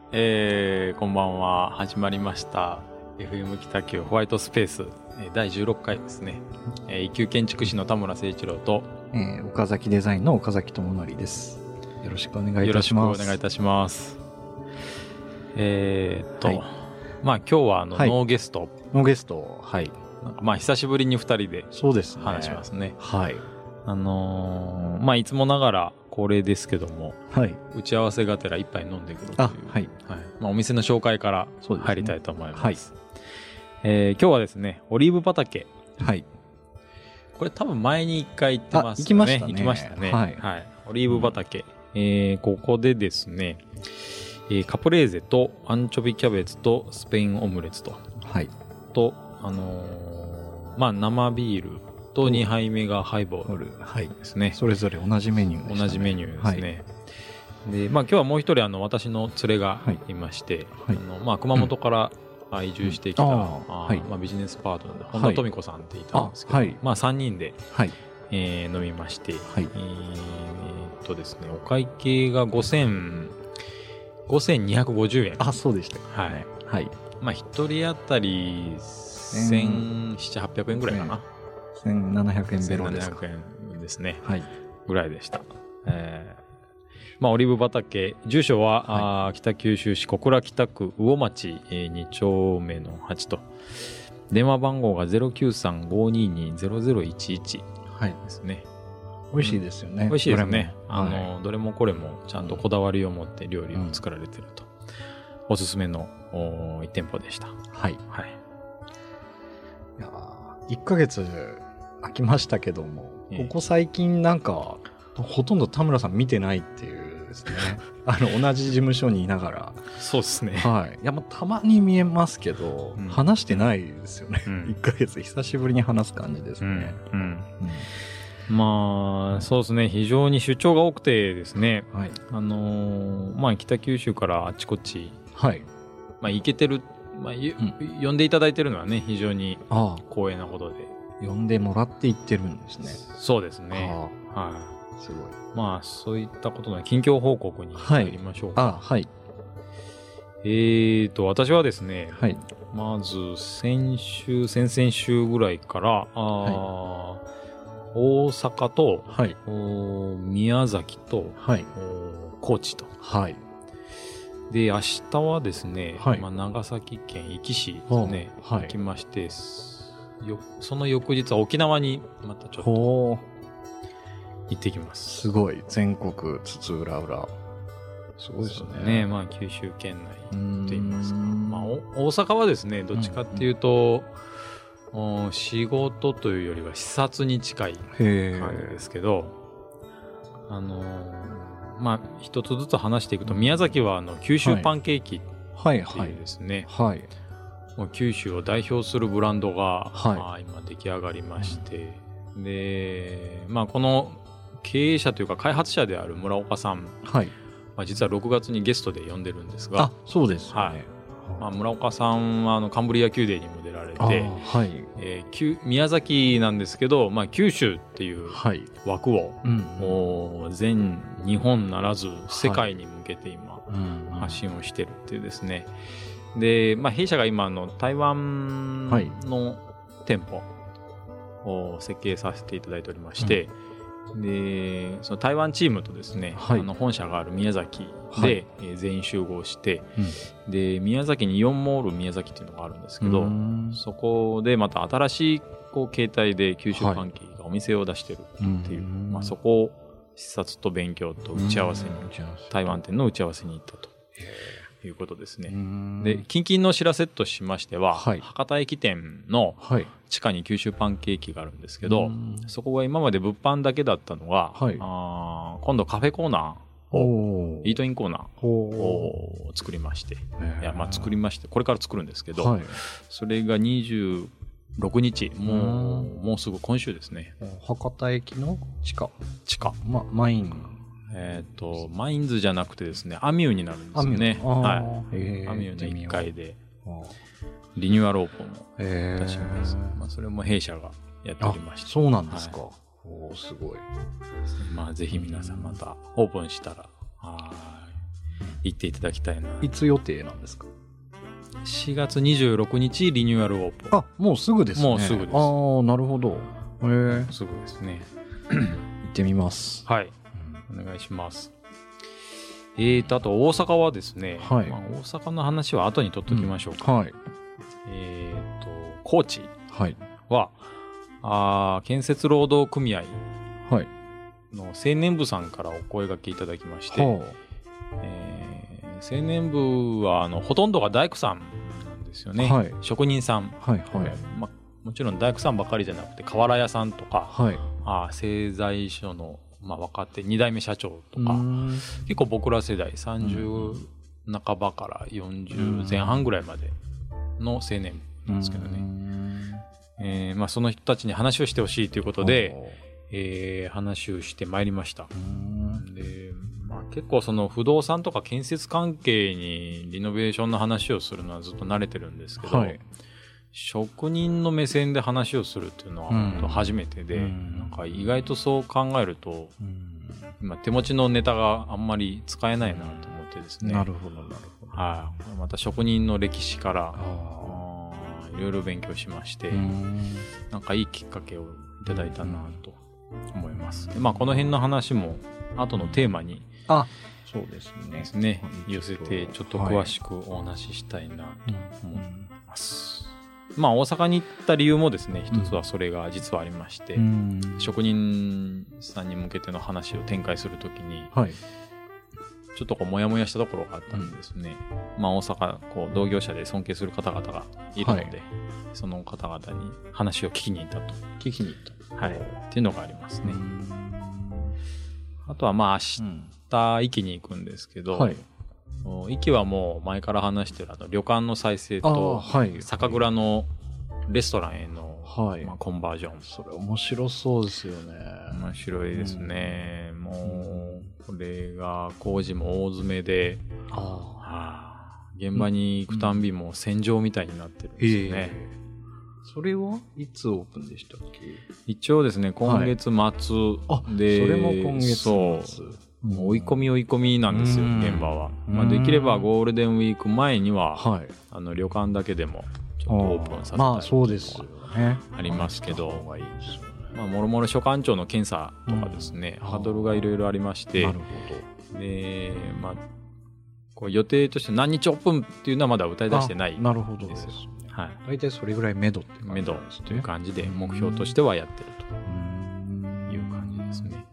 こんばんは。始まりました FM 北九ホワイトスペース第16回ですね。一級建築士の田村誠一郎と、 岡崎デザインの岡崎智則です。よろしくお願いいたします。 よろしくお願いいたします。はい、まあ今日はノーゲスト。 ノーゲスト。はい。 なんかまあ久しぶりに2人でそうですね。 話しますね。 はい。 まあいつもながら恒例ですけども、 はい、 打ち合わせがてら一杯飲んでくるという、 はい。 まあ、お店の紹介から入りたいと思います。今日はですね、オリーブ畑。 はい。 これ多分前に一回行ってますね。 行きましたね。 行きましたね。 はい。 はい。オリーブ畑。ここでですね、カプレーゼとアンチョビキャベツとスペインオムレツと。 はい。 と、まあ生ビールと2杯目がハイボールですね。 それぞれ同じメニューですね。 同じメニューですね。で、まあ今日はもう一人私の連れがいまして、まあ熊本から移住してきた、まあビジネスパートナーで本田富子さんっていたんですけど、まあ3人で、飲みまして、ですね、お会計が5250円。 あ、そうでした。 はい。はい。まあ一人当たり1700、800円ぐらいかな。 1700円ベロですか。 1700円ですね。 はい。 ぐらいでした。まあ、オリーブ畑、住所は、北九州市小倉北区魚町、2丁目の8と、電話番号が 093-522-0011 ですね。 美味しいですよね。 美味しいですね。どれもこれもちゃんとこだわりを持って料理を作られてると。おすすめの1店舗でした。 はい。 はい。 いや1ヶ月空きましたけども、ここ最近なんか、ほとんど田村さん見てないっていうですね。同じ事務所にいながら。 そうですね。 はい。いや、まあ、たまに見えますけど、話してないですよね。1ヶ月久しぶりに話す感じですね。 まあ、そうですね。非常に出張が多くてですね。はい。まあ、北九州からあちこち。 はい。 まあ、行けてる、まあ、呼んでいただいてるのはね、非常に光栄なことで。 呼んでもらって行ってるんですね。 そうですね。はい。 すごい。 まあ、そういったことの近況報告に入りましょうか。 はい。 私はですね、まず先々週ぐらいから、大阪と、宮崎と、高知と。で、明日はですね、まあ、長崎県壱岐市ですね、行きまして、その翌日は沖縄にまたちょっと行ってきます。 すごい。全国津々浦々。すごいですね。 まあ九州県内と言いますか。まあ大阪はですね、どっちかっていうと、仕事というよりは視察に近い感じですけど、まあ一つずつ話していくと、宮崎は九州パンケーキっていうですね、もう九州を代表するブランドが、今出来上がりまして、で、まあこの経営者というか開発者である村岡さん、まあ、実は6月にゲストで呼んでるんですが、 そうですね。 まあ、村岡さんはカンブリア宮殿にも出られて、宮崎なんですけど、まあ、九州っていう枠を、全日本ならず世界に向けて今、発信をしてるっていうですね。で、まあ、弊社が今台湾の店舗を設計させていただいておりまして、で、その台湾チームとですね、本社がある宮崎で、全員集合して、で、宮崎にイオンモール宮崎っていうのがあるんですけど、そこでまた新しい形態で九州パンケーキがお店を出してるっていう、まあ、そこを視察と勉強と打ち合わせに、台湾店の打ち合わせに行ったということですね。で、近々の知らせとしましては、博多駅店の地下に九州パンケーキがあるんですけど、そこが今まで物販だけだったのが、今度カフェコーナー、イートインコーナーを作りまして、作りまして、これから作るんですけど、それが26日、もうすぐ今週ですね。 博多駅の地下。 マインマインズじゃなくてですね、アミューになるんですよね。アミューの1階でリニューアルオープンをいたします。まあそれも弊社がやっておりまして。 そうなんですか。すごい。 まあぜひ皆さんまたオープンしたら行っていただきたいな。 いつ予定なんですか ？4月26日リニューアルオープン。 もうすぐですね。 もうすぐです。 なるほど。 すぐですね。 行ってみます。 はい、お願いします。あと大阪はですね、大阪の話は後に取っときましょうか。高知は、建設労働組合の青年部さんからお声掛けいただきまして、青年部はほとんどが大工さんなんですよね。職人さん。もちろん大工さんばっかりじゃなくて瓦屋さんとか、製材所の若手2代目社長とか、結構僕ら世代30半ばから40前半ぐらいまでの青年なんですけどね、その人たちに話をしてほしいということで、話をしてまいりました。で、結構その不動産とか建設関係にリノベーションの話をするのはずっと慣れてるんですけど、職人の目線で話をするっていうのは本当初めてで、なんか意外とそう考えると、今手持ちのネタがあんまり使えないなと思ってですね。 なるほどなるほど。 また職人の歴史からいろいろ勉強しまして、なんかいいきっかけをいただいたなと思います。で、この辺の話も後のテーマにそうですね寄せてちょっと詳しくお話ししたいなと思います。大阪に行った理由もですね、一つはそれが実はありまして、職人さんに向けての話を展開するときに、ちょっとモヤモヤしたところがあったんですね。大阪同業者で尊敬する方々がいるので、その方々に話を聞きに行ったと。っていうのがありますね。あとは明日壱岐に行くんですけど、壱岐はもう前から話してる旅館の再生と、酒蔵のレストランへの、コンバージョン。 それ面白そうですよね。 面白いですね。もうこれが工事も大詰めで、現場に行くたんびも戦場みたいになってるんですよね。 それはいつオープンでしたっけ？ 一応ですね、今月末で、 それも今月末。 追い込みなんですよ、現場は。できればゴールデンウィーク前には、旅館だけでもちょっとオープンさせたいそうですよね。 ありますけど、もろもろ所管庁の検査とかですね、ハードルがいろいろありまして、で、予定として何日オープンっていうのはまだ歌い出してないんですよ。 大体それぐらい目処って感じですね。目処という感じで目標としてはやってるという感じですね。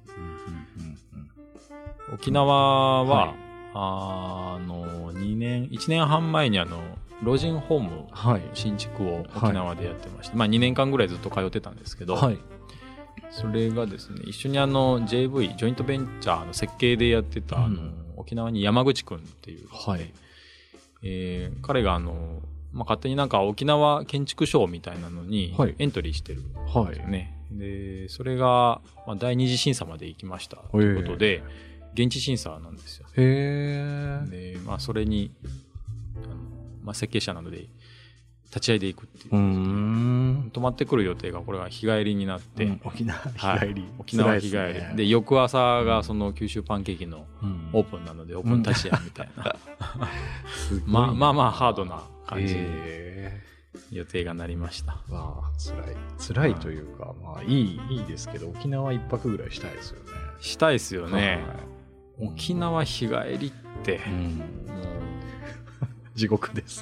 沖縄は、1年半前に老人ホーム新築を沖縄でやってまして、2年間ぐらいずっと通ってたんですけど、それがですね、一緒にJV ジョイントベンチャーの設計でやってた沖縄に山口くんっていうですね、彼が勝手に沖縄建築賞みたいなのにエントリーしてるんですよね。で、それが第二次審査まで行きましたということで、現地審査なんですよ。で、それに設計者なので立ち会いで行くっていう、泊まってくる予定がこれは日帰りになって、 沖縄日帰り、 沖縄日帰りで、翌朝がその九州パンケーキのオープンなので、オープン立ち会いみたいなハードな感じで予定がなりました。 辛いというか、いいですけど、沖縄一泊ぐらいしたいですよね。 したいですよね。沖縄日帰りって、もう地獄です。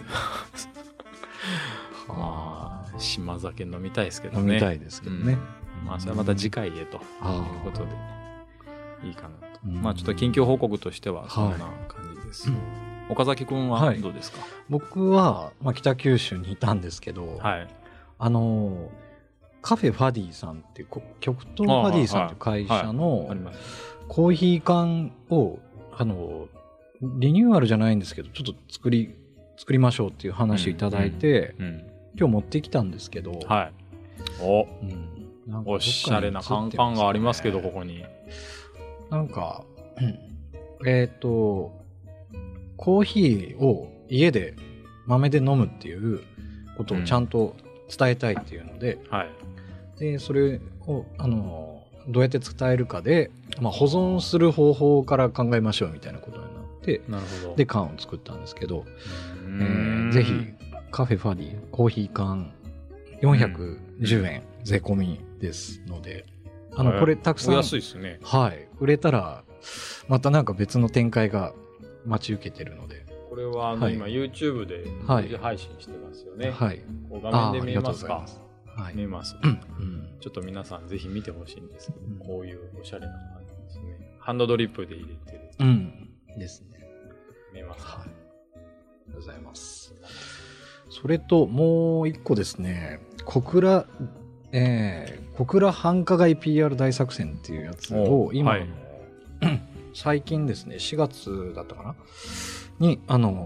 島酒飲みたいですけどね。 飲みたいですけどね。 それはまた次回へということでいいかなと。ちょっと近況報告としてはそんな感じです。岡崎くんはどうですか？ 僕は北九州にいたんですけど、カフェファディさんっていう極東ファディさんという会社のコーヒー缶をリニューアルじゃないんですけど、ちょっと作りましょうっていう話をいただいて、今日持ってきたんですけど、 おしゃれなカンカンがありますけど、ここにコーヒーを家で豆で飲むっていうことをちゃんと伝えたいっていうので、でそれをどうやって伝えるかで、保存する方法から考えましょうみたいなことになっ 、 なるほど。 で缶を作ったんですけど、ぜひカフェファディコーヒー缶410円税込みですので、これたくさん、 お安いですね。 はい、売れたらまたなんか別の展開が待ち受けてるので、 これは今 YouTube で同時配信してますよね。はい。こう画面で見えますか？はい。見えます。ちょっと皆さんぜひ見てほしいんですけど、こういうおしゃれな感じですね。ハンドドリップで入れてる。 ですね。 見えますか？はい。 ありがとうございます。それともう一個ですね、小倉繁華街 PR 大作戦っていうやつを今、最近ですね、4月だったかなに、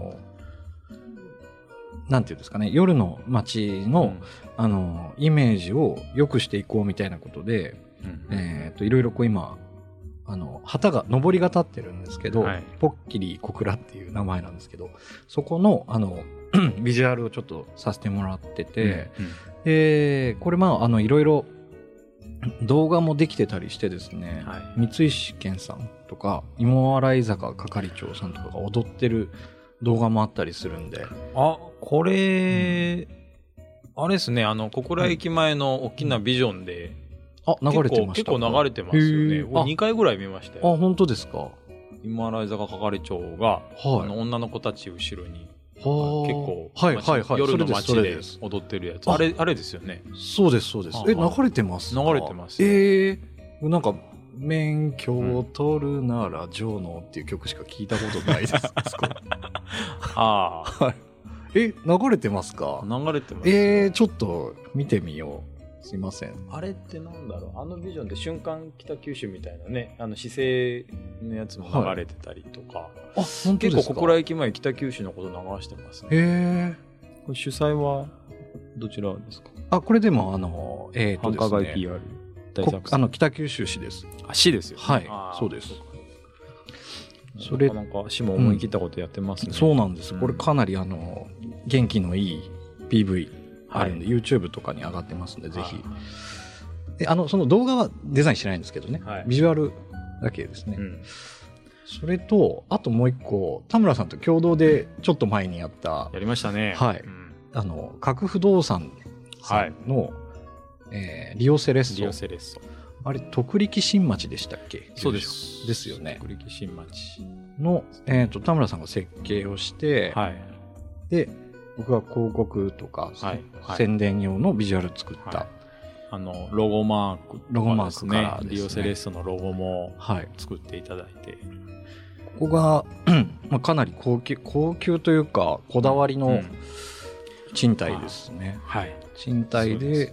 なんていうんですかね、夜の街の、イメージを良くしていこうみたいなことで、いろいろこう今、旗が、上りが立ってるんですけど、ポッキリ小倉っていう名前なんですけど、そこの、ビジュアルをちょっとさせてもらってて、これいろいろ動画もできてたりしてですね、三石健さんとか、芋洗坂係長さんとかが踊ってる動画もあったりするんで。 これ、あれですね、小倉駅前の大きなビジョンで、 流れてました。 結構流れてますよね。2回ぐらい見ましたよ。 本当ですか？ 芋洗坂係長が、女の子たち後ろに、結構、夜の街で踊ってるやつ。あれですよね。 そうです、そうです。流れてますか？ 流れてます。 なんか、免許を取るならジョーノっていう曲しか聞いたことないです。流れてますか？ 流れてます。 ちょっと見てみよう。すいません。 あれってなんだろう、ビジョンで瞬間北九州みたいなね、姿勢のやつも流れてたりとか。 本当ですか？ 結構小倉駅前北九州のこと流してますね。これ主催はどちらですか？ これでも繁華街 PR 大作戦。 北九州市です。 市ですよね。 はい、そうです。 それなんか市も思い切ったことやってますね。 そうなんです。これかなり元気のいい PV あるんで、YouTube とかに上がってますんで、ぜひ。その動画はデザインしてないんですけどね、ビジュアルだけですね。それと、あともう一個、田村さんと共同でちょっと前にやはい。各不動産さんの、リオセレッソ。あれ、徳力新町でしたっけ？ そうです。 ですよね。 徳力新町の、田村さんが設計をして、で、僕が広告とか、宣伝用のビジュアル作った。 ロゴマークからですね。 リオセレッソのロゴも作っていただいて。 ここが、かなり高級というか、こだわりの賃貸ですね。賃貸で、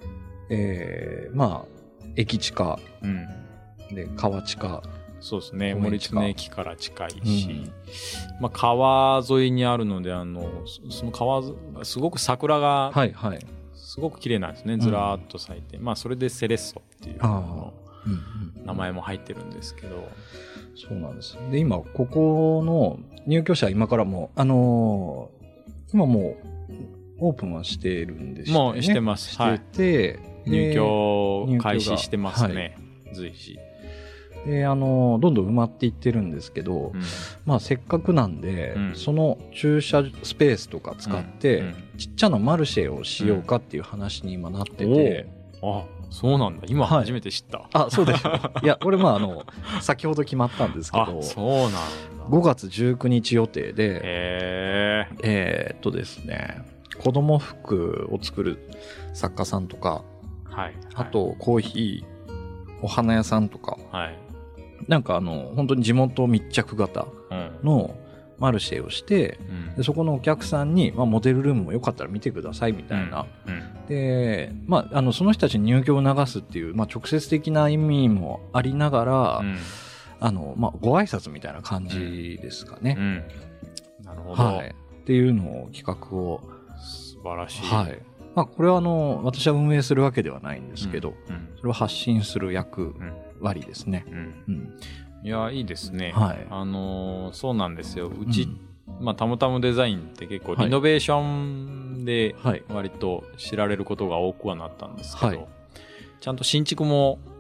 駅近、で、川近。 そうですね。森常駅から近いし、川沿いにあるので、その川がすごく桜が、すごく綺麗なんですね。ずらーっと咲いて。それでセレッソっていう名前も入ってるんですけど。 そうなんです。で、今、ここの入居者、今からも、今もう、オープンはしているんですね。 もうしてます。 してて、 入居開始してますね。随時。 で、どんどん埋まっていってるんですけど、せっかくなんで、その駐車スペースとか使って、ちっちゃなマルシェをしようかっていう話に今なってて。 そうなんだ。今初めて知った。 そうでしょ。いや、これ先ほど決まったんですけど、 そうなんだ。 5月19日予定で、ですね、子供服を作る作家さんとか、あとコーヒー、お花屋さんとか、なんか本当に地元密着型のマルシェをして、でそこのお客さんに、モデルルームもよかったら見てくださいみたいな。で、その人たちに入居を促すっていう、直接的な意味もありながら、ご挨拶みたいな感じですかね。 なるほど。 っていうのを企画を。 素晴らしい。 これは私は運営するわけではないんですけど、それを発信する役割ですね。 いや、いいですね。そうなんですよ。うち、たむたむデザインって結構リノベーションで割と知られることが多くはなったんですけど、ちゃんと新築も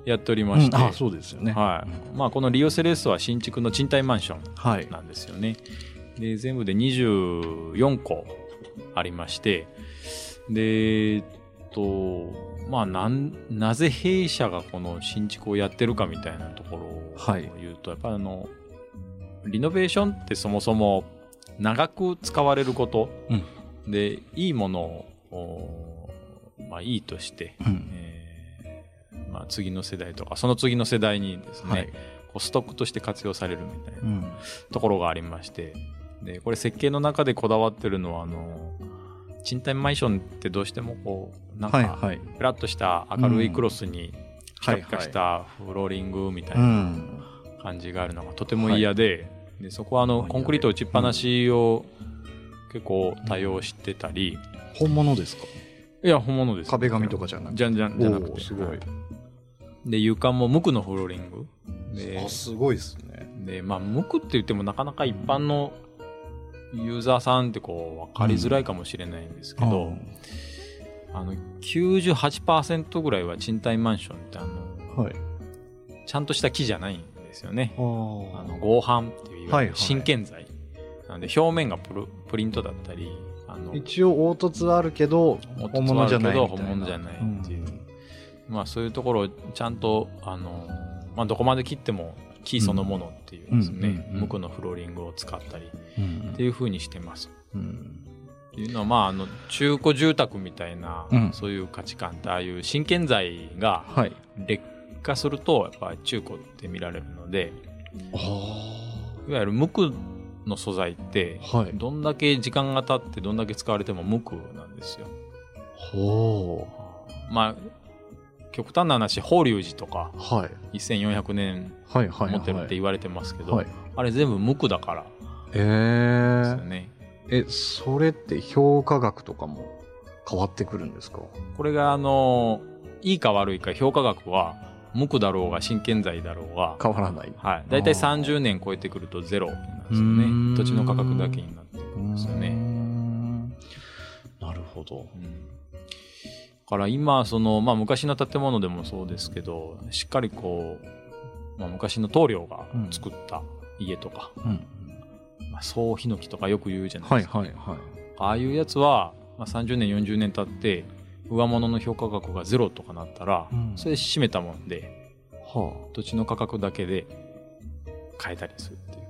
やっておりまして、 そうですよね、 はい。まあ、このリオセレッソは新築の賃貸マンションなんですよね。で全部で24個ありまして、でまあ、なぜ弊社がこの新築をやってるかみたいなところを言うと、やっぱりリノベーションってそもそも長く使われること、でいいものを、まあ、いいとして、まあ、次の世代とかその次の世代にですね、こうストックとして活用されるみたいなところがありまして、でこれ設計の中でこだわってるのは賃貸マンションってどうしてもこうなんかフラッとした明るいクロスにピカピカしたフローリングみたいな感じがあるのがとても嫌で、でそこはコンクリート打ちっぱなしを結構多用してたり。 本物ですか？ いや本物です。 壁紙とかじゃなくて。 じゃなくて、 すごい。 で床も無垢のフローリングですごいですね。 でまあ無垢って言ってもなかなか一般のユーザーさんってこう分かりづらいかもしれないんですけど、98% ぐらいは賃貸マンションってちゃんとした木じゃないんですよね。合板っていういわゆる新建材、なので表面がプリントだったり、 一応凹凸あるけど本物じゃないっていう、まあそういうところをちゃんとまあ、どこまで切っても木そのものっていうですね、無垢のフローリングを使ったりっていう風にしてます。っていうのはまあ中古住宅みたいな、そういう価値観ってああいう新建材が劣化するとやっぱり中古って見られるので、いわゆる無垢の素材ってどんだけ時間が経ってどんだけ使われても無垢なんですよ。まあ極端な話法隆寺とか、1400年持ってるって言われてますけど、あれ全部無垢だからですよね。 それって評価額とかも変わってくるんですか？ これがいいか悪いか評価額は無垢だろうが新建材だろうが変わらない。 だいたい30年超えてくるとゼロなんですよね。土地の価格だけになってくるんですよね。 なるほど。 だから今まあ、昔の建物でもそうですけど、しっかりこう、まあ、昔の棟梁が作った家とか、まあ、総ヒノキとかよく言うじゃないですか。ああいうやつは、まあ、30年40年経って上物の評価額がゼロとかなったら、それ閉めたもんで、土地の価格だけで買えたりするっていう。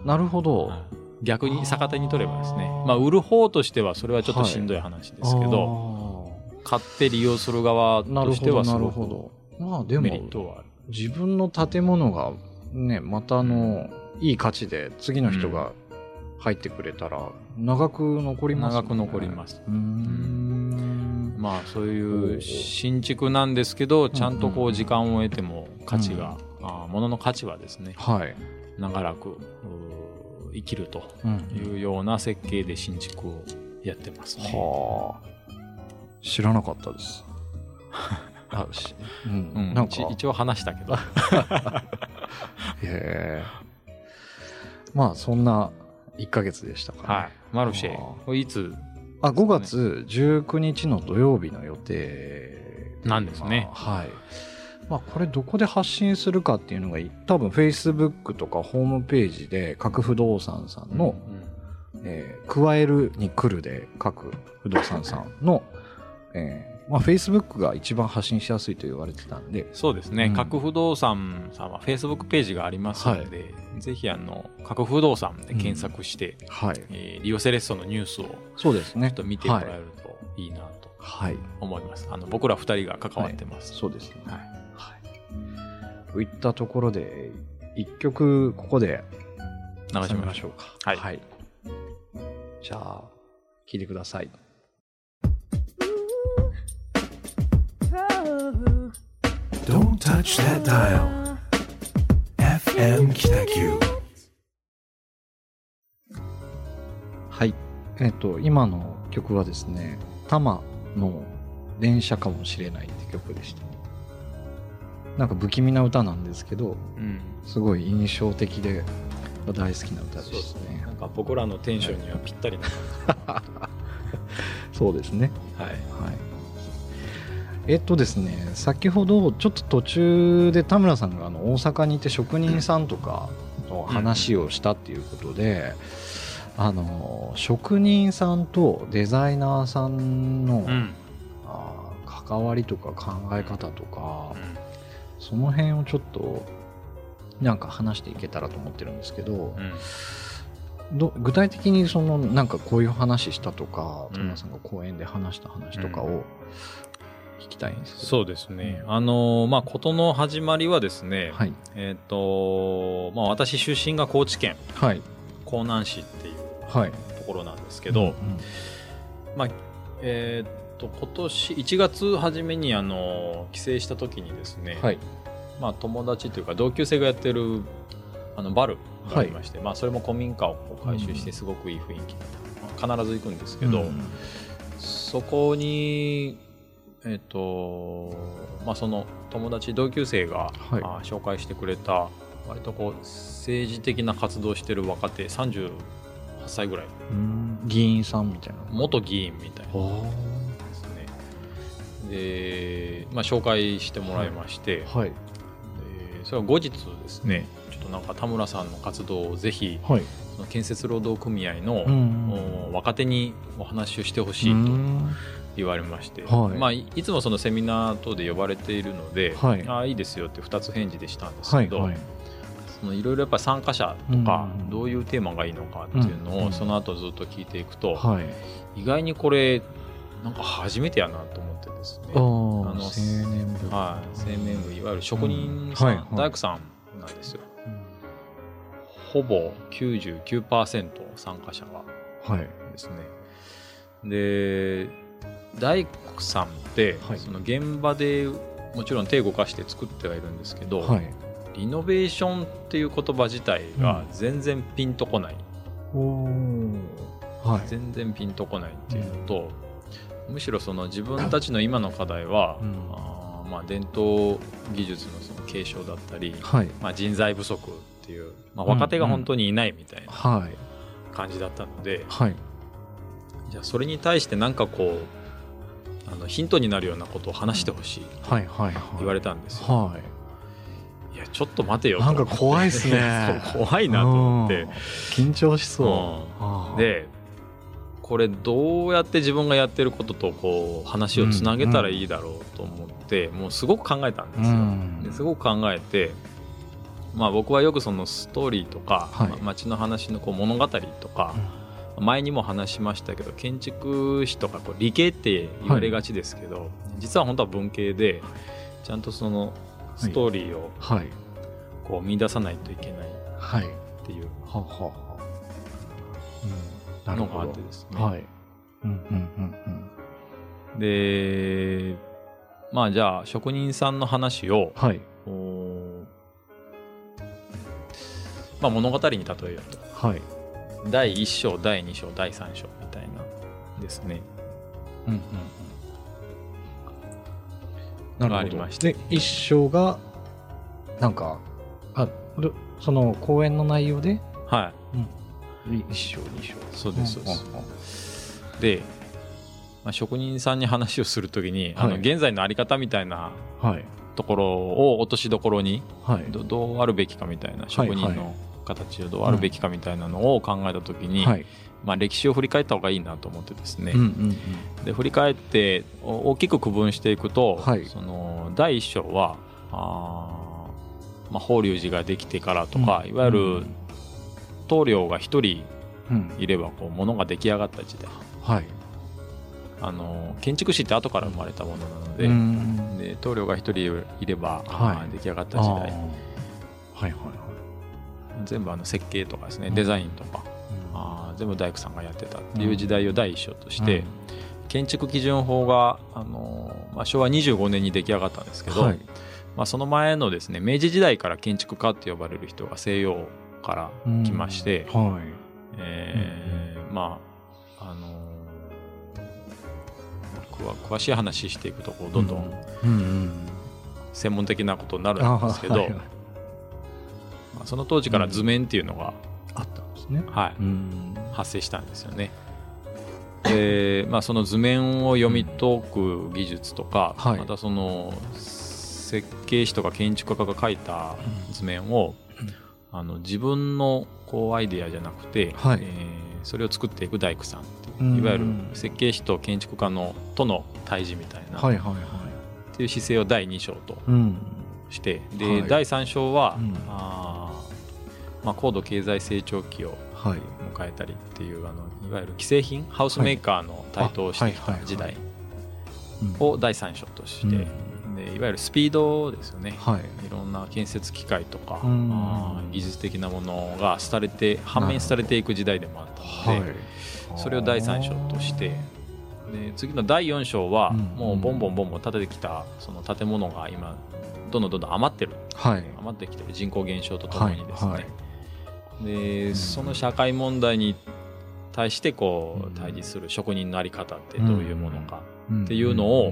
なるほど。 逆に逆手に取ればですね、まあ、売る方としてはそれはちょっとしんどい話ですけど、買って利用する側としてはすごくメリットはある。 自分の建物がね、またいい価値で次の人が入ってくれたら長く残りますね。 長く残ります。まあそういう新築なんですけど、ちゃんとこう時間を得ても価値が、物の価値はですね、長らく生きるというような設計で新築をやってますね。 知らなかったです。 なんか一応話したけどまあそんな1ヶ月でしたかね。 マルシェいつ 5月19日の土曜日の予定なんですね。 まあこれどこで発信するかっていうのが多分 Facebook とかホームページで各不動産さんの加えるに来るで各不動産さんのまあ、Facebook が一番発信しやすいと言われてたんで。 そうですね、各不動産さんは Facebook ページがありますので、ぜひ各不動産で検索して、リオセレッソのニュースをちょっと見てもらえるといいなと思います。僕ら2人が関わってます。 そうですね。といったところで1曲ここで流しましょうか。じゃあ聴いてください。Don't touch that dial. FM 北九。はい。今の曲はですね、タマの電車かもしれないって曲でした。なんか不気味な歌なんですけど、すごい印象的で大好きな歌でしたね。 なんか僕らのテンションにはぴったりなそうですね。 ですね、先ほどちょっと途中で田村さんが大阪にいて職人さんとかの話をしたっていうことで、職人さんとデザイナーさんの、関わりとか考え方とか、その辺をちょっとなんか話していけたらと思ってるんですけど、具体的になんかこういう話したとか、田村さんが講演で話した話とかを聞きたいんですけど。 そうですね。事の始まりはですね、はい、私出身が高知県、はい、江南市っていうところなんですけど、今年1月初めに帰省した時にですね、はい、友達というか同級生がやってるバルがありまして、はい、それも古民家を改修してすごくいい雰囲気、必ず行くんですけど、そこにその友達同級生が、はい、紹介してくれた割と政治的な活動をしてる若手38歳ぐらい、 議員さんみたいな、 元議員みたいなですね。で、紹介してもらいまして、はい、それは後日ですね、ちょっとなんか田村さんの活動をぜひ、はい、その建設労働組合の、若手にお話をしてほしいと言われまして、はい、いつもそのセミナー等で呼ばれているので、はい、いいですよって2つ返事でしたんですけど、いろいろやっぱり参加者とかどういうテーマがいいのかっていうのをその後ずっと聞いていくと、意外にこれなんか初めてやなと思ってですね、 青年部、 青年部、いわゆる職人さん、大工さんなんですよ。ほぼ 99% 参加者がですね、で大工さんって、その現場でもちろん手を動かして作ってはいるんですけど、リノベーションっていう言葉自体が全然ピンとこない、全然ピンとこないっていうのと、むしろその自分たちの今の課題は、伝統技術のその継承だったり、人材不足っていう、若手が本当にいないみたいな感じだったので、じゃあそれに対して何かヒントになるようなことを話してほしいって言われたんですよ。いやちょっと待てよと、 なんか怖いですね怖いなと思って緊張しそう、 でこれどうやって自分がやってることと話をつなげたらいいだろうと思って、もうすごく考えたんですよ。ですごく考えて、僕はよくそのストーリーとか、街の話の物語とか、前にも話しましたけど建築士とか理系って言われがちですけど、実は本当は文系でちゃんとそのストーリーを見出さないといけないっていうのがあってですね。で、じゃあ職人さんの話を、物語に例えようと、第1章第2章第3章みたいなですね、 なるほど。ありまして、で1章がなんかその講演の内容で、1章2章、 そうですそうです、で、職人さんに話をするときに、現在のあり方みたいなところを落としどころに、どうあるべきかみたいな、職人の形をどうあるべきかみたいなのを考えたときに、歴史を振り返った方がいいなと思ってですね、で振り返って大きく区分していくと、その第1章は法隆寺ができてからとか、いわゆる棟梁が一人いれば物が出来上がった時代、建築士って後から生まれたものなので、棟梁が一人いれば出来上がった時代、全部設計とかですね、デザインとか、全部大工さんがやってたっていう時代を第一章として、建築基準法が昭和25年に出来上がったんですけど、その前のですね明治時代から建築家って呼ばれる人が西洋から来まして、詳しい話していくとどんどん専門的なことになるんですけど、その当時から図面っていうのがあったんですね、 発生したんですよね。 その図面を読み解く技術とか、 はい、 またその設計士とか建築家が描いた図面を、自分のこうアイデアじゃなくて、 はい、 それを作っていく大工さんっていう、いわゆる設計士と建築家との対峙みたいな、 はいはいはい、 っていう姿勢を第2章として、で、 はい、 第3章は、高度経済成長期を迎えたりっていう、いわゆる既製品ハウスメーカーの台頭してきた時代を第3章として、でいわゆるスピードですよね、はい、いろんな建設機械とか、技術的なものが反面されていく時代でもあったので、はい、それを第3章として、で次の第4章はもうボンボン建ててきたその建物が今どんどん余ってる、はい、余ってきてる人口減少とともにですね、はいはい、でその社会問題に対してこう対峙する職人の在り方ってどういうものかっていうのを、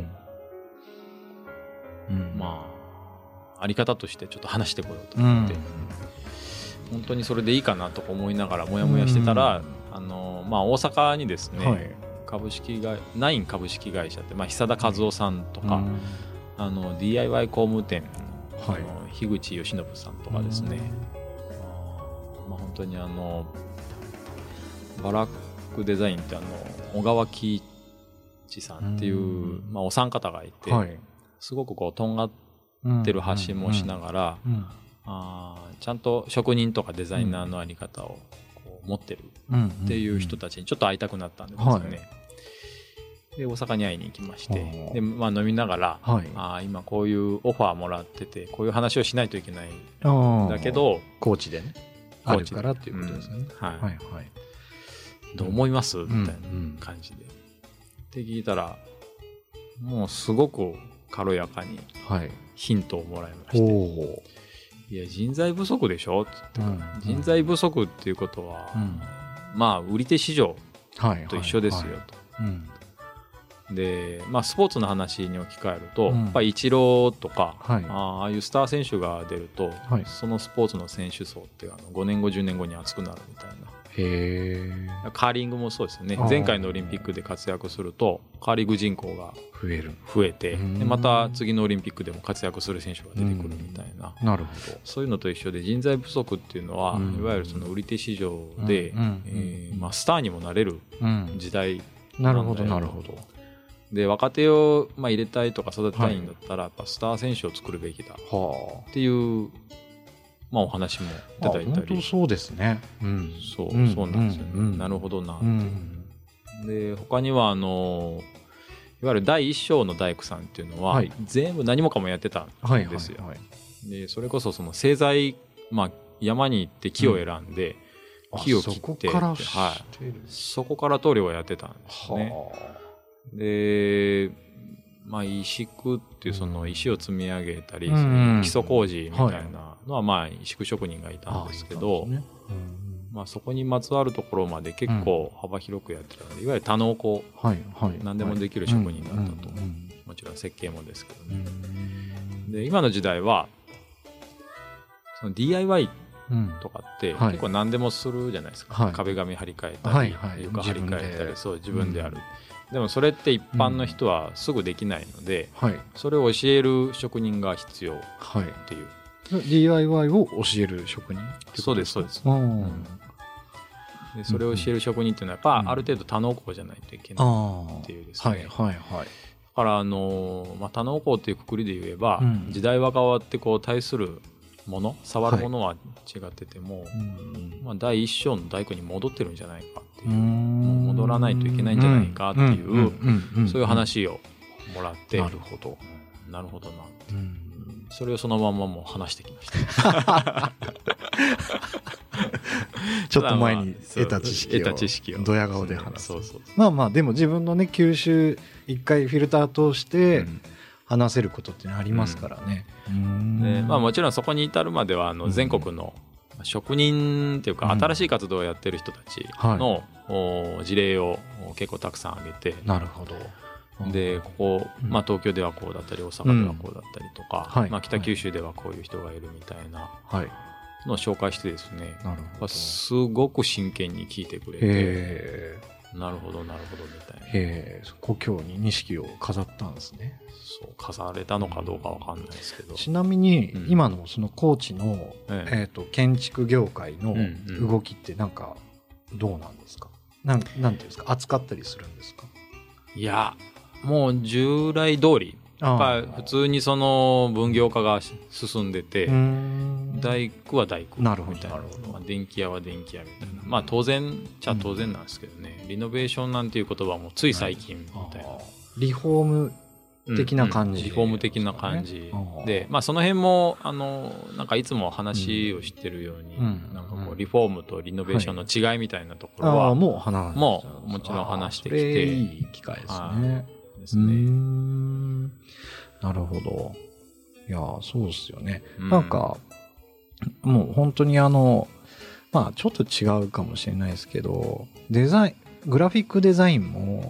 在り方としてちょっと話してこようと思って、本当にそれでいいかなとか思いながらモヤモヤしてたら、大阪にですね、はい、ナイン株式会社って、久田和夫さんとか、DIY 工務店の、樋口義信さんとかですね、本当にバラックデザインって小川喜一さんっていう、お三方がいて、はい、すごくこうとんがってる発信もしながら、ちゃんと職人とかデザイナーの在り方をこう持ってるっていう人たちにちょっと会いたくなったんですよね。で大阪に会いに行きまして、で、飲みながら、はい、今こういうオファーもらっててこういう話をしないといけないんだけど、 高知でねあるからっていうことですね、 はいはいはい、どう思います、みたいな感じで、って聞いたらもうすごく軽やかにヒントをもらいまして、いや人材不足でしょって言って、人材不足っていうことは、売り手市場と一緒ですよと。でスポーツの話に置き換えると、やっぱりイチローとか、ああいうスター選手が出ると、そのスポーツの選手層って5年後10年後に熱くなるみたいな。カーリングもそうですよね。前回のオリンピックで活躍するとカーリング人口が増えて、でまた次のオリンピックでも活躍する選手が出てくるみたいな、 なるほど。 そういうのと一緒で人材不足っていうのは、いわゆるその売り手市場で、スターにもなれる時代なんだよと。なるほどなるほど。で若手を入れたいとか育てたいんだったら、やっぱスター選手を作るべきだっていう、お話もいただいたり。 本当そうですね。 そうなんですよね。なるほどなって。で他にはいわゆる第一章の大工さんっていうのは、全部何もかもやってたんですよ。でそれこそその製材、山に行って木を選んで、木を切ってそこから塗料をやってたんですね。で石工っていうその石を積み上げたり、基礎工事みたいなのは石工職人がいたんですけど、そこにまつわるところまで結構幅広くやってたので、いわゆる多能工、何でもできる職人だったと。もちろん設計もですけどね。で今の時代はその DIY とかって結構何でもするじゃないですか。壁紙張り替えたり、床張り替えたり、そう自分でやる。でもそれって一般の人はすぐできないので、それを教える職人が必要っていう、 DIY を教える職人。 そうですそうです。でそれを教える職人っていうのはやっぱある程度多能工じゃないといけないっていうですね。だから多能工っていうくくりで言えば、時代は変わってこう対するもの、触るものは違ってても、第一章の大工に戻ってるんじゃないかっていう、戻らないといけないんじゃないかっていう、そういう話をもらって、 なるほどなって、それをそのままもう話してきましたちょっと前に得た知識をドヤ顔で話す。でも自分のね吸収一回フィルター通して話せることってありますからね。 でもちろんそこに至るまでは全国の職人っていうか新しい活動をやってる人たちの事例を結構たくさん挙げて、 なるほど。 でここ、東京ではこうだったり大阪ではこうだったりとか、北九州ではこういう人がいるみたいなのを紹介してですね、すごく真剣に聞いてくれて、 なるほどなるほどみたいな。 故郷に錦を飾ったんですね。 そう飾れたのかどうかわかんないですけど、 ちなみに今のその高知の、建築業界の動きってなんかどうなんですか？なんていうんですか、扱ったりするんですか？ いやもう従来通りやっぱり普通にその分業化が進んでて、大工は大工みたいな、まあ、電気屋は電気屋みたいな、まあ当然ちゃ当然なんですけどね、リノベーションなんていう言葉もつい最近みたいな、 リフォーム的な感じ、 リフォーム的な感じで、まあその辺もなんかいつも話をしてるように、なんかこうリフォームとリノベーションの違いみたいなところは、もうもちろん話してきて、 いい機会ですね。ですね。なるほど。いやそうですよね。なんかもう本当にまあちょっと違うかもしれないですけど、グラフィックデザインも、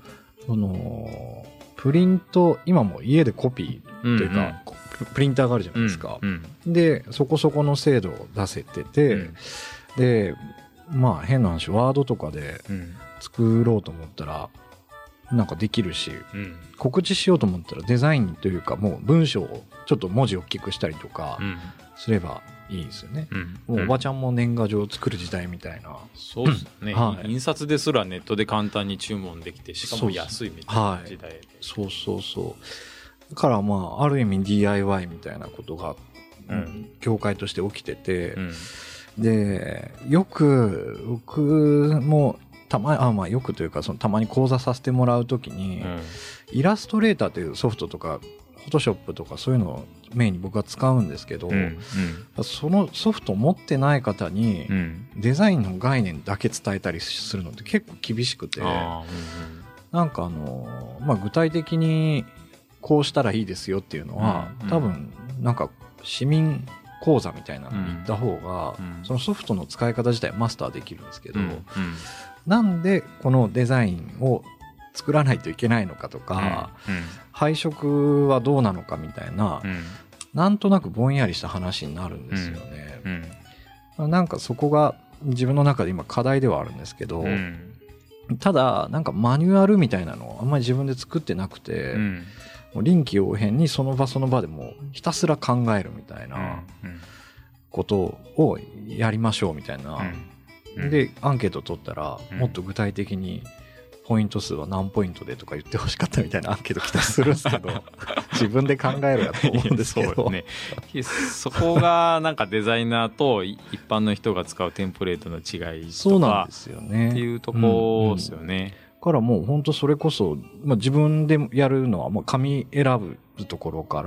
プリント、今も家でコピーというか、プリンターがあるじゃないですか。でそこそこの精度を出せてて、でまあ変な話ワードとかで作ろうと思ったらなんかできるし、告知しようと思ったらデザインというかもう文章をちょっと文字を大きくしたりとかすればいいですよね。もうおばちゃんも年賀状を作る時代みたいな。 そうですね、印刷ですらネットで簡単に注文できて、しかも安いみたいな時代。 そうだからまあある意味 DIY みたいなことが業界として起きてて、でよく僕もまあよくというかたまに講座させてもらうときに、イラストレーターというソフトとかフォトショップとかそういうのをメインに僕は使うんですけど、そのソフトを持ってない方にデザインの概念だけ伝えたりするのって結構厳しくて、なんかまあ具体的にこうしたらいいですよっていうのは、多分なんか市民講座みたいなのに行った方が、そのソフトの使い方自体マスターできるんですけど、なんでこのデザインを作らないといけないのかとか、配色はどうなのかみたいな、なんとなくぼんやりした話になるんですよね。なんかそこが自分の中で今課題ではあるんですけど、ただなんかマニュアルみたいなのをあんまり自分で作ってなくて、もう臨機応変にその場その場でもひたすら考えるみたいなことをやりましょうみたいな。でアンケート取ったら、もっと具体的にポイント数は何ポイントでとか言ってほしかったみたいなアンケート来たりするんですけど自分で考えるやと思うんですけどそうね、そこがなんかデザイナーと一般の人が使うテンプレートの違いとかっていうところですよね。 からもう本当それこそ、自分でやるのはもう紙選ぶところから、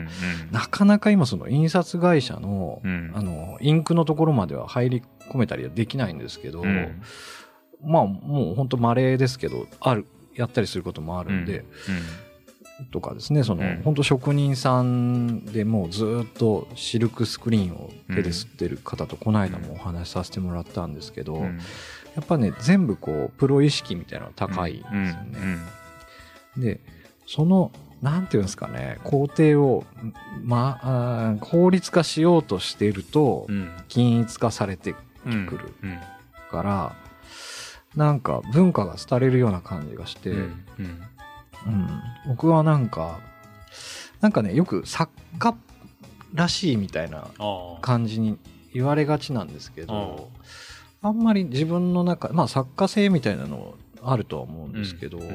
なかなか今その印刷会社の、インクのところまでは入り込めたりはできないんですけど、まあもう本当稀ですけどやったりすることもあるんで、とかですね、本当職人さんでもうずっとシルクスクリーンを手で吸ってる方とこの間もお話しさせてもらったんですけど、やっぱね全部こうプロ意識みたいなのが高いんですよね。でなんていうんですかね、工程を効率化しようとしていると均一化されてくるから、なんか文化が廃れるような感じがして、僕はなんかねよく作家らしいみたいな感じに言われがちなんですけど、あんまり自分の中、作家性みたいなのあるとは思うんですけど、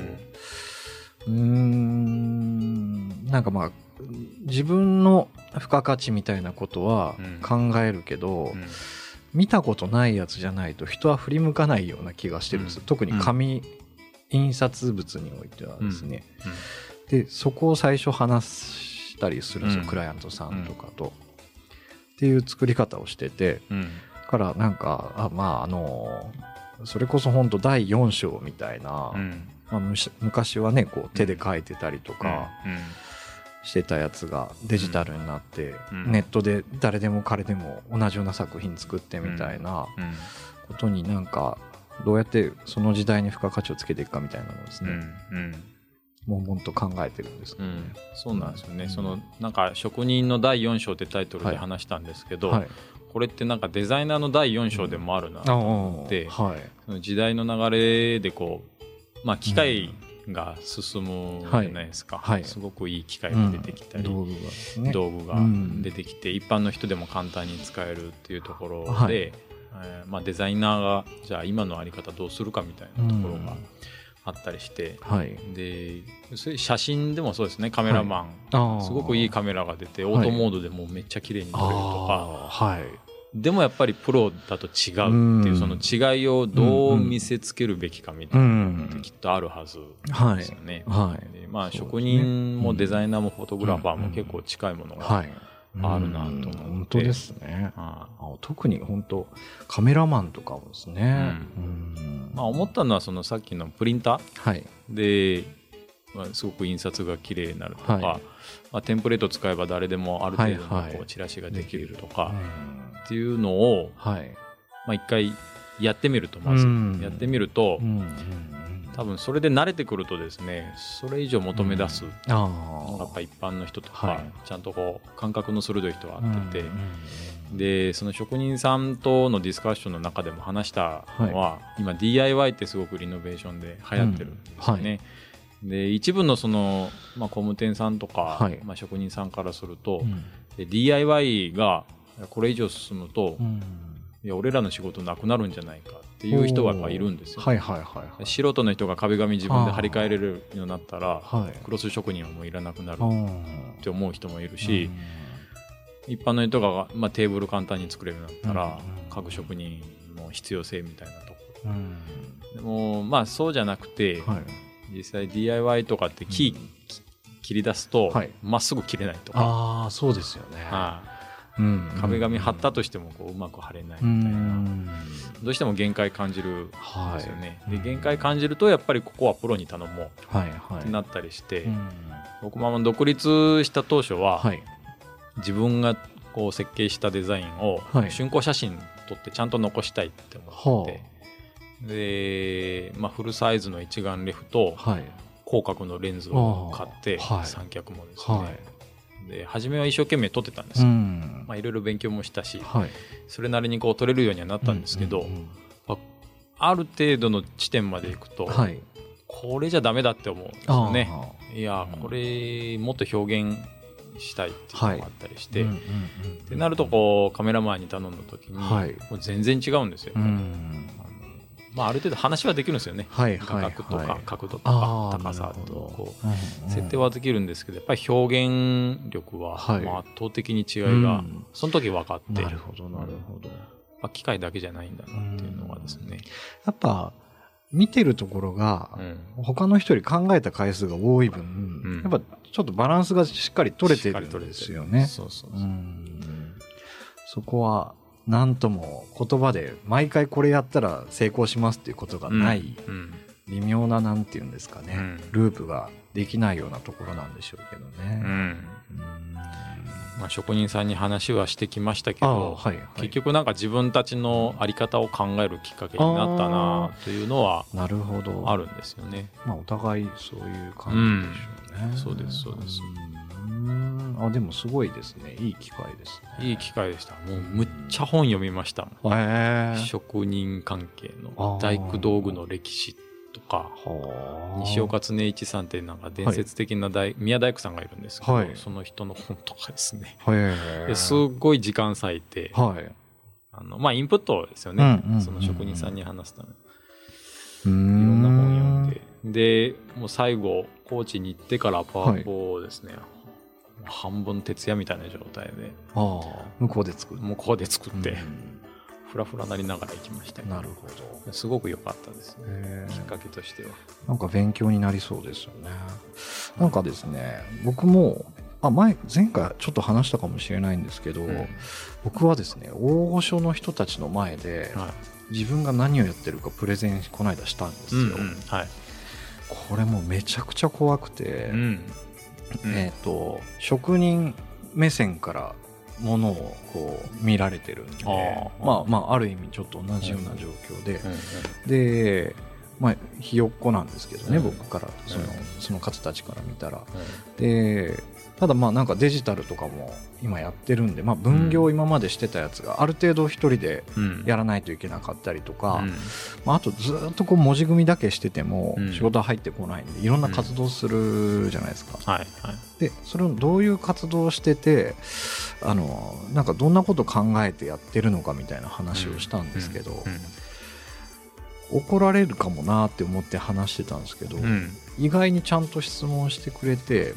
なんか自分の付加価値みたいなことは考えるけど、見たことないやつじゃないと人は振り向かないような気がしてるんです。特に紙印刷物においてはですね。でそこを最初話したりするんですよ、クライアントさんとかと。っていう作り方をしてて、からなんかそれこそ本当第4章みたいな、昔はねこう手で書いてたりとかしてたやつがデジタルになって、ネットで誰でも彼でも同じような作品作ってみたいなことに、なんかどうやってその時代に付加価値をつけていくかみたいなのをですね、悶々と考えてるんですけどね。 そうなんですよね。なんか職人の第4章ってタイトルで話したんですけど、 これってなんかデザイナーの第4章でもあるなと思って、その時代の流れでこう、まあ、機械が進むじゃないですか、すごくいい機械が出てきたり、道具が出てきて、一般の人でも簡単に使えるっていうところで、まあ、デザイナーがじゃあ今のあり方どうするかみたいなところがあったりして、でそういう写真でもそうですね、カメラマン、すごくいいカメラが出てオートモードでもうめっちゃ綺麗に撮れるとか、でもやっぱりプロだと違うっていう、その違いをどう見せつけるべきかみたいなのってきっとあるはずですよね。まあ職人もデザイナーもフォトグラファーも結構近いものがあるなと思って。 本当ですね。特に本当カメラマンとかもですね。 まあ思ったのはそのさっきのプリンターで、まあ、すごく印刷が綺麗になるとか、まあ、テンプレート使えば誰でもある程度のこうチラシができるとかっていうのを、まあ、一回やってみるとまずやってみると、多分それで慣れてくるとですね、それ以上求め出すのがやっぱ一般の人とか、ちゃんとこう感覚の鋭い人はあってて、でその職人さんとのディスカッションの中でも話したのは、今 DIY ってすごくリノベーションで流行ってるんですよね。で一部のその、まあ、工務店さんとか、まあ、職人さんからすると、DIY がこれ以上進むと、いや俺らの仕事なくなるんじゃないかっていう人がやっぱいるんですよ。素人の人が壁紙自分で張り替えれるようになったら、クロス職人はもういらなくなるって思う人もいるし、一般の人が、まあ、テーブル簡単に作れるようになったら、家具職人の必要性みたいなところ、でもまあそうじゃなくて、実際 DIY とかって木切り出すとまっすぐ切れないとか、 そうですよね。 壁紙貼ったとしてもこううまく貼れないみたいな、どうしても限界感じるんですよね。で限界感じるとやっぱりここはプロに頼もうってなったりして、僕も独立した当初は、自分がこう設計したデザインを竣工写真撮ってちゃんと残したいって思って、で、まあ、フルサイズの一眼レフと広角のレンズを買って三脚もですね、で初めは一生懸命撮ってたんですよ。まあいろいろ勉強もしたし、それなりにこう撮れるようにはなったんですけど、ある程度の地点まで行くと、これじゃダメだって思うんですよね。いやこれもっと表現したいっていうのがあったりして、ってなるとこうカメラマンに頼んだ時に、もう全然違うんですよ。まあ、ある程度話はできるんですよね。画角とか角度とか高さとこう設定はできるんですけど、やっぱり表現力は圧倒的に違いがその時分かって、機械だけじゃないんだなっていうのがですね、 やっぱ見てるところが他の人より考えた回数が多い分、やっぱちょっとバランスがしっかり取れてるんですよね。そこはなんとも言葉で毎回これやったら成功しますっていうことがない、微妙ななんていうんですかね、ループができないようなところなんでしょうけどね。 まあ、職人さんに話はしてきましたけど、結局なんか自分たちの在り方を考えるきっかけになったなというのはあるんですよね。 まあ、お互いそういう感じでしょうね。 そうですそうです。 でもすごいですね。いい機会ですね。 いい機会でした。もうむっちゃ本読みましたもん。職人関係の大工道具の歴史とか、西岡常一さんってなんか伝説的な宮大工さんがいるんですけど、その人の本とかですね。すごい時間割いて、まあインプットですよね。その職人さんに話すために。いろんな本読んで、でもう最後高知に行ってからパワポをですね、半分徹夜みたいな状態で向こうで作ってフラフラなりながら行きました。 なるほど。 すごく良かったですね、きっかけとしては。 なんか勉強になりそうですよね。なんかですね、僕も前回ちょっと話したかもしれないんですけど、僕はですね、大御所の人たちの前で自分が何をやってるかプレゼンこの間したんですよ。これもめちゃくちゃ怖くて、職人目線からものをこう見られてるんで、ある意味ちょっと同じような状況で、で、ひよっこなんですけどね、僕からその方たちから見たら、でただまあなんかデジタルとかも今やってるんで、まあ、分業を今までしてたやつがある程度一人でやらないといけなかったりとか、まあ、あとずっとこう文字組みだけしてても仕事は入ってこないんでいろんな活動するじゃないですか。でそれをどういう活動をしててなんかどんなこと考えてやってるのかみたいな話をしたんですけど、怒られるかもなって思って話してたんですけど、意外にちゃんと質問してくれて、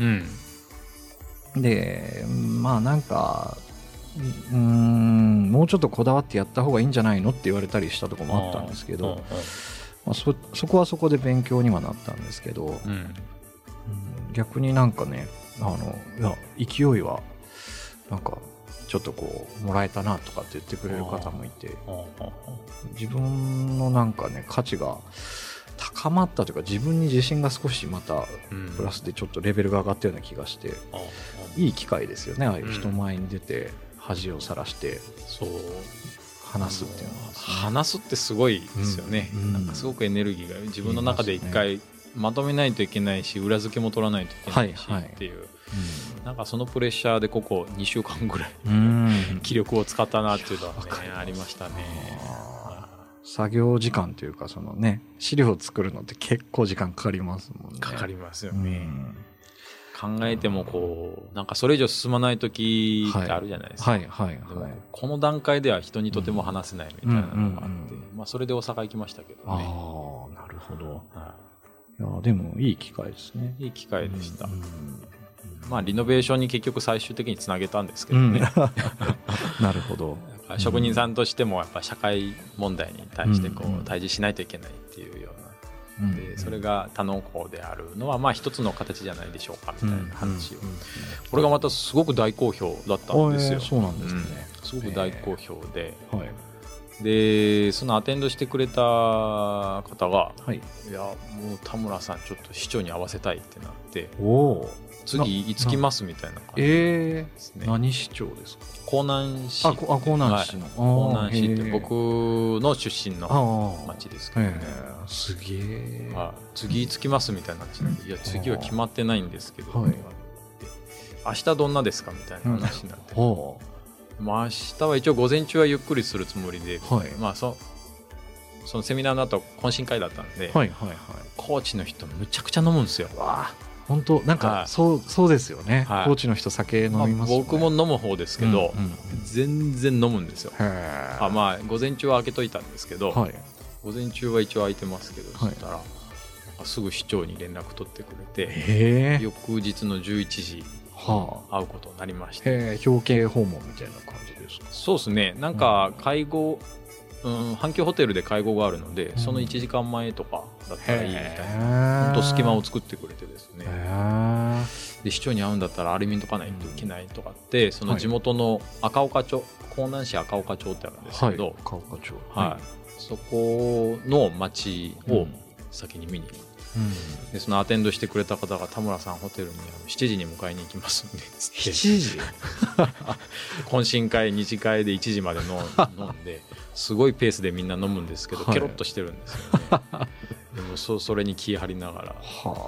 でまあなんかもうちょっとこだわってやった方がいいんじゃないのって言われたりしたところもあったんですけど、まあ、そこはそこで勉強にはなったんですけど、逆になんかねいや勢いはなんかちょっとこうもらえたなとかって言ってくれる方もいて、自分のなんかね価値が高まったというか自分に自信が少しまたプラスでちょっとレベルが上がったような気がして、いい機会ですよね。ああいう人前に出て恥をさらして話すっていうのは、 話すってすごいですよね。なんかすごくエネルギーが自分の中で一回まとめないといけないし裏付けも取らないといけないしっていう、なんかそのプレッシャーでここ2週間ぐらい気力を使ったなっていうのはねありましたね。 作業時間というかそのね資料を作るのって結構時間かかりますもんね。 かかりますよね。考えてもこうなんかそれ以上進まない時ってあるじゃないですか。この段階では人にとても話せないみたいなのがあって、まあそれで大阪行きましたけどね。 なるほど。いやでもいい機会ですね。 いい機会でした。まあリノベーションに結局最終的につなげたんですけどね。 なるほど。 職人さんとしてもやっぱ社会問題に対してこう対峙しないといけないっていうような、でそれが多能工であるのはまあ一つの形じゃないでしょうかみたいな話を、これがまたすごく大好評だったんですよ。 そうなんですね。 すごく大好評で、でそのアテンドしてくれた方が、いやもう田村さんちょっと市長に会わせたいってなって、次いつ来ますみたいな感じですね。 何市長ですか？ 江南市。 江南市の。 江南市って僕の出身の町ですけどね。 すげえ。 次いつ来ますみたいな話なんで、いや次は決まってないんですけど、明日どんなですかみたいな話になって、まあ明日は一応午前中はゆっくりするつもりで、まあそのセミナーの後懇親会だったんで、高知の人むちゃくちゃ飲むんですよ。 本当なんかそうですよね。高知の人酒飲みますよね。 僕も飲む方ですけど、全然飲むんですよ。まあ午前中は開けといたんですけど、午前中は一応開いてますけど、そしたらすぐ市長に連絡取ってくれて、翌日の11時会うことになりまして。 表敬訪問みたいな感じですか？ そうですね。なんか会合、阪急ホテルで会合があるので、その1時間前とかだったらいいみたいな、本当隙間を作ってくれてですね。で市長に会うんだったらアルミンとかないといけないとかって、その地元の赤岡町、江南市赤岡町ってあるんですけど、 赤岡町、 そこの町を先に見に行く。でそのアテンドしてくれた方が田村さんホテルに7時に迎えに行きますんで 7時懇親会2次会で1時まで飲んですごいペースでみんな飲むんですけど、ケロッとしてるんですよね。でもそれに気張りながら。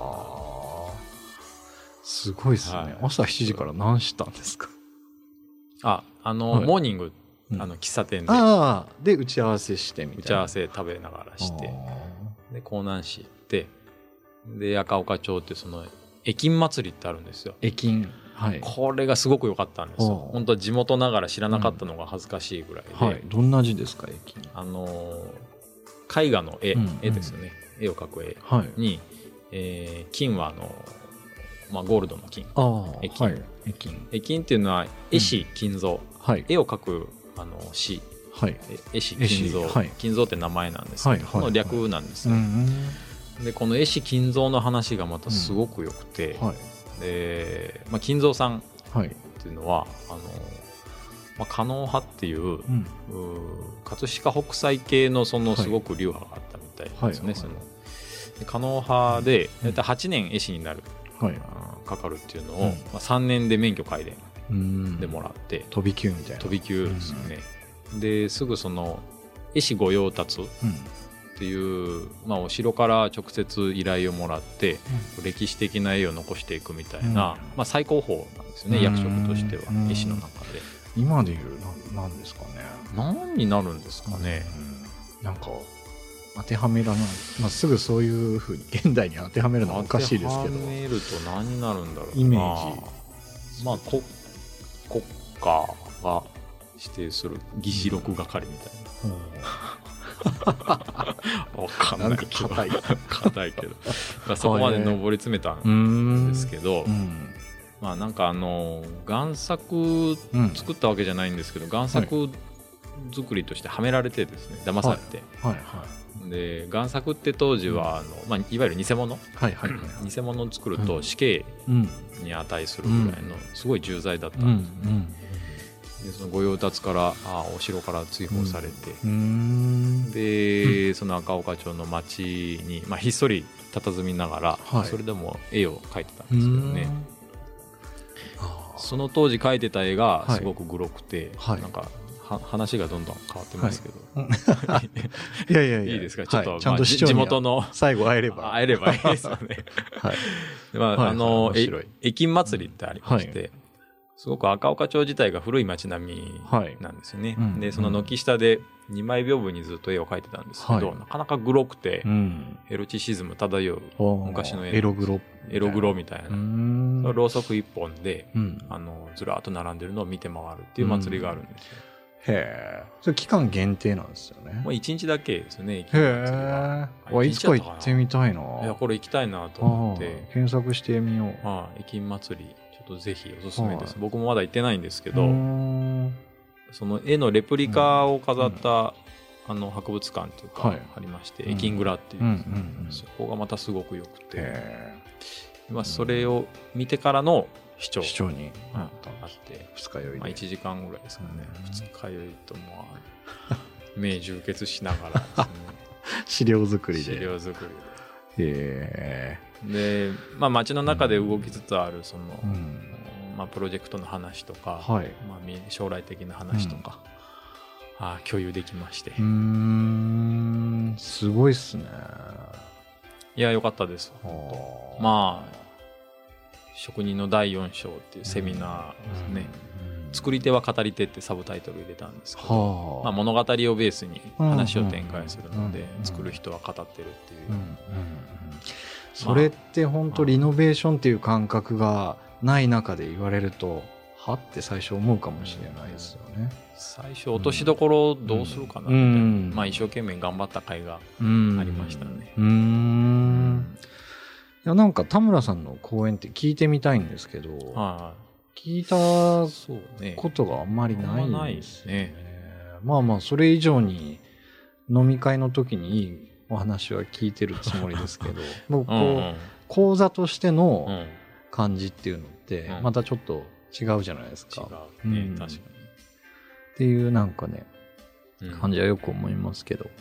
すごいですね。朝7時から何したんですか？ モーニング喫茶店で打ち合わせしてみたいな。 打ち合わせ食べながらして、で江南市行って、で赤岡町ってその駅祭りってあるんですよ。 駅、 これがすごく良かったんですよ。本当は地元ながら知らなかったのが恥ずかしいぐらいで、 どんな字ですか？駅、 絵画の絵ですよね。絵を描く絵に、金はゴールドの金、絵金っていうのは絵師金蔵、絵を描く師、絵師金蔵、金蔵って名前なんですけど、この略なんですよ。でこの絵師金蔵の話がまたすごく良くて、で金蔵さんっていうのは狩野派っていう、葛飾北斎系のすごく流派があったみたいですね。狩野派で大体8年絵師になる、かかるっていうのを、3年で免許皆伝でもらって、 飛び級みたいな。 飛び級ですよね。ですぐその絵師御用達っっていう、お城から直接依頼をもらって、歴史的な絵を残していくみたいな、最高峰なんですよね、役職としては、絵師の中で。 今でいう何ですかね。 何になるんですかね。 なんか当てはめらない、すぐそういうふうに現代に当てはめるのはおかしいですけど、 当てはめると何になるんだろうな。 イメージ、 国家が指定する議事録係みたいな、わかんないけど硬いけどそこまで上り詰めたんですけど、なんか贋作作ったわけじゃないんですけど、贋作作りとしてはめられてですね、騙されて、で贋作って当時はいわゆる偽物、偽物を作ると死刑に値するぐらいのすごい重罪だったんですね。でその御用達からお城から追放されて、でその赤岡町の町に、ひっそり佇みながら、それでも絵を描いてたんですけどね。その当時描いてた絵がすごくグロくて、なんか話がどんどん変わってますけど、 いやいいですか、ちょっと、 ちゃんと地元の最後会えればいいですよね。駅祭りってありまして、すごく赤岡町自体が古い町並みなんですよね。でその軒下で2枚屏風にずっと絵を描いてたんですけど、なかなかグロくて、エロチシズム漂う昔の絵、 エログロみたいな、ろうそく一本でずらっと並んでるのを見て回るっていう祭りがあるんですよ。 へえ、それ期間限定なんですよね。 もう1日だけですよね。 へえ、いつか行ってみたいな。 いや、これ行きたいなと思って検索してみよう。 駅祭りちょっとぜひおすすめです。僕もまだ行ってないんですけど、その絵のレプリカを飾った博物館というかありまして、駅蔵っていう、そこがまたすごく良くて、それを見てからの市長にあって二日酔いで、 1時間ぐらいですかね。二日酔いと目充血しながらですね資料作りでで、街の中で動きつつあるその、プロジェクトの話とか、将来的な話とか、共有できまして、 すごいっすね。 いや、よかったです。職人の第4章っていうセミナーですね。作り手は語り手ってサブタイトル入れたんですけど、物語をベースに話を展開するので、作る人は語ってるっていう、 それって本当リノベーションっていう感覚がない中で言われるとはって最初思うかもしれないですよね。 最初落としどころどうするかなって、一生懸命頑張った甲斐がありましたね。 いや、なんか田村さんの講演って聞いてみたいんですけど、聞いたことがあんまりないですね。それ以上に飲み会の時にいいお話は聞いてるつもりですけど、僕講座としての感じっていうのってまたちょっと違うじゃないですか。 違うね、確かに。 っていうなんかね、感じはよく思いますけど。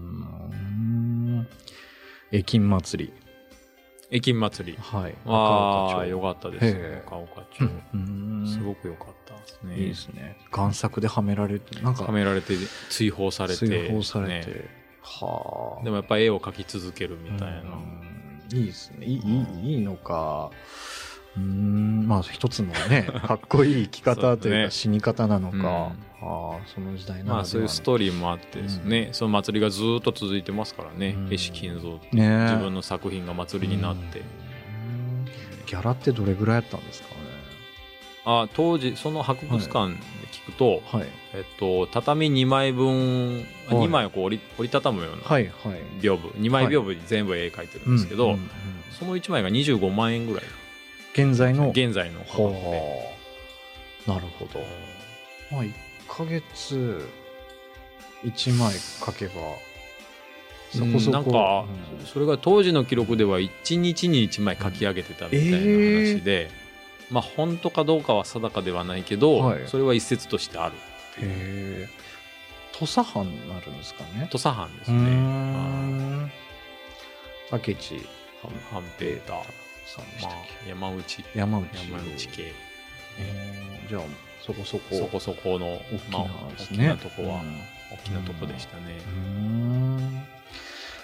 駅祭り。 駅祭り。よかったですね。赤岡町。すごくよかったですね。 いいですね。贋作ではめられて、 はめられて、追放されて。 でもやっぱ絵を描き続けるみたいな。 いいですね。いいのか。一つのね、かっこいい生き方というか死に方なのか。その時代なそういうストーリーもあってですね、その祭りがずっと続いてますからね。絵師金蔵って自分の作品が祭りになって。 ギャラってどれぐらいやったんですかね。 当時その博物館で聞くと、畳2枚分、2枚を折りたたむような屏風、2枚屏風に全部絵描いてるんですけど、その1枚が25万円ぐらい。 現在の価格で。 なるほど。1ヶ月1枚描けばそこそこ、 なんか、それが当時の記録では1日に1枚描き上げてたみたいな話で、本当かどうかは定かではないけど、それは一説としてあるっていう。 土佐藩になるんですかね。 土佐藩ですね。 武智半平太さんでしたっけ。山内系。 じゃあそこそこの大きなとこは大きなとこでしたね。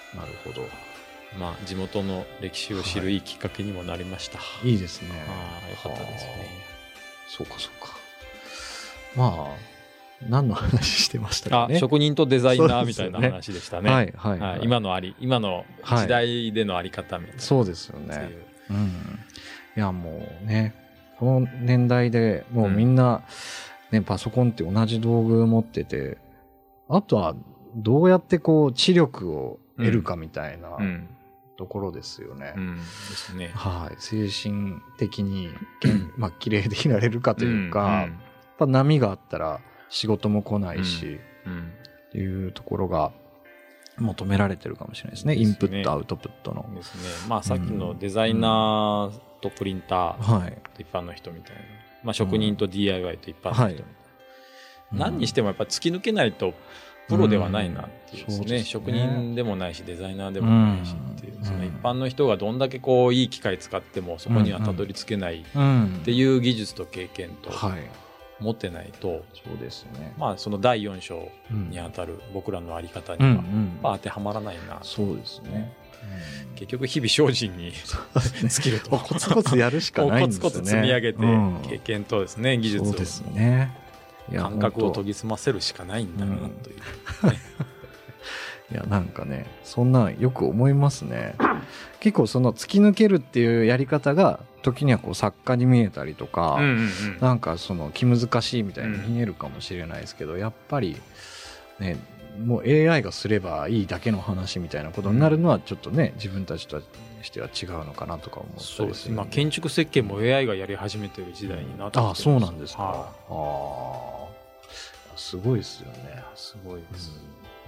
なるほど。 まあ地元の歴史を知るいいきっかけにもなりました。 いいですね。 よかったですね。 そうかそうか。まあ何の話してましたかね。 職人とデザイナーみたいな話でしたね。 はいはいはい。 今の時代でのあり方みたいな。 そうですよね。いやもうね、この年代でもうみんなね、パソコンって同じ道具持ってて、あとはどうやってこう知力を得るかみたいなところですよね。 ですね。 はい、精神的にまあ綺麗でいられるかというか、やっぱ波があったら仕事も来ないし、っていうところが求められてるかもしれないですね。インプットアウトプットの。 ですね。まあさっきのデザイナーとプリンターと一般の人みたいな、まあ職人と DIY と一般の人みたいな、何にしてもやっぱ突き抜けないとプロではないなっていうですね。職人でもないしデザイナーでもないしっていう、その一般の人がどんだけこういい機械使ってもそこにはたどり着けないっていう技術と経験と持ってないと、 そうですね。 まあその第4章にあたる僕らのあり方には当てはまらないな。 そうですね。 結局日々精進に尽きると、 コツコツやるしかないんですね。 コツコツ積み上げて経験とですね、技術を感覚を研ぎ澄ませるしかないんだなという。 いやなんかね、そんなよく思いますね。結構その突き抜けるっていうやり方が時にはこう作家に見えたりとか、なんかその気難しいみたいに見えるかもしれないですけど、やっぱりね、もう AI がすればいいだけの話みたいなことになるのはちょっとね、自分たちとしては違うのかなとか思ったりする。 そうです。建築設計も AI がやり始めてる時代になってきてます。 そうなんですか。すごいですよね。 すごいです。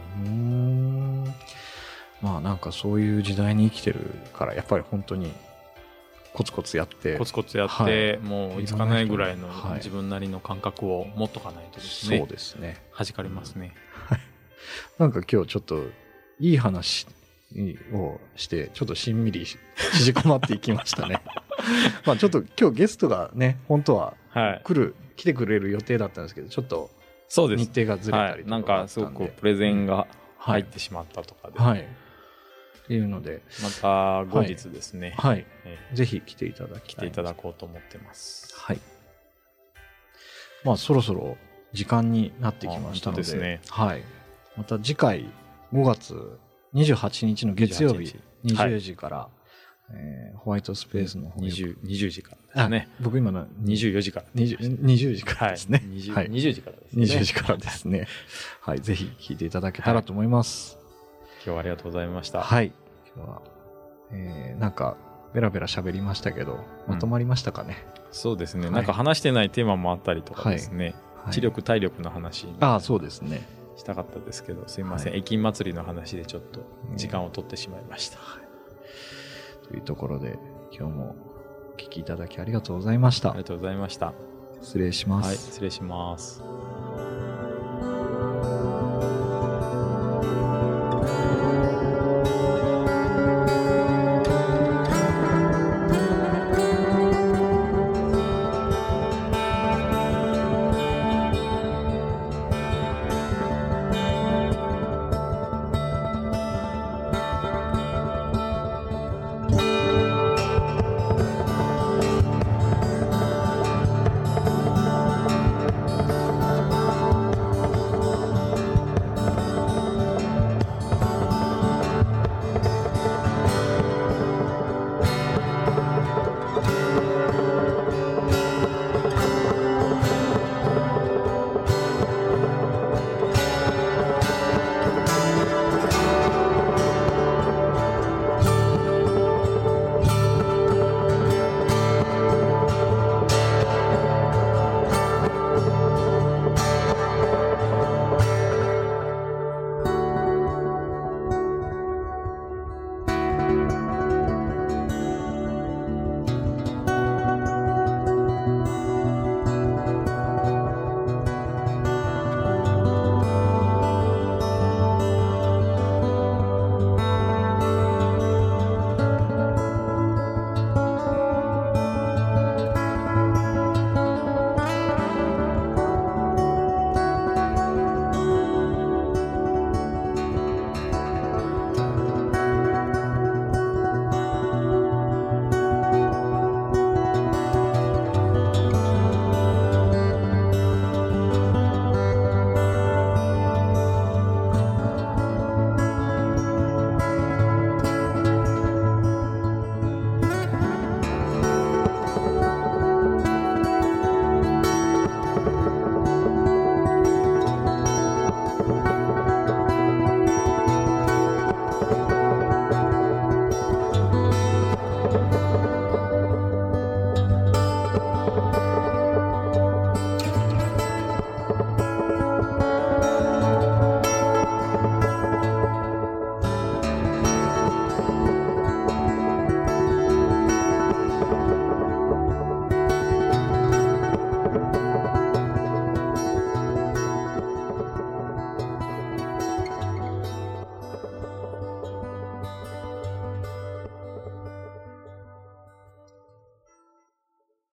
まあなんかそういう時代に生きてるからやっぱり本当にコツコツやってもう追いつかないぐらいの自分なりの感覚を持っとかないとですね。 そうですね。 弾かれますね。 なんか今日ちょっといい話をしてちょっとしんみり縮こまっていきましたね。まあちょっと今日ゲストがね、本当は来てくれる予定だったんですけど、ちょっと日程がずれたりとか、 なんかすごくプレゼンが入ってしまったとかで、 っていうのでまた後日ですね、 ぜひ来ていただこうと思ってます。 まあそろそろ時間になってきましたので、また次回5月28日の月曜日20時から、ホワイトスペースの方 20時からですね。 僕今の 24時から 20時からですね。 20時からですね。 20時からですね。ぜひ聞いていただけたらと思います。 今日はありがとうございました。 今日は、なんかベラベラ喋りましたけど、まとまりましたかね。 そうですね。なんか話してないテーマもあったりとかですね。知力体力の話。 そうですね。 したかったですけど、すいません。駅祭りの話でちょっと時間を取ってしまいました。 というところで今日もお聞きいただきありがとうございました。 ありがとうございました。 失礼します。 失礼します。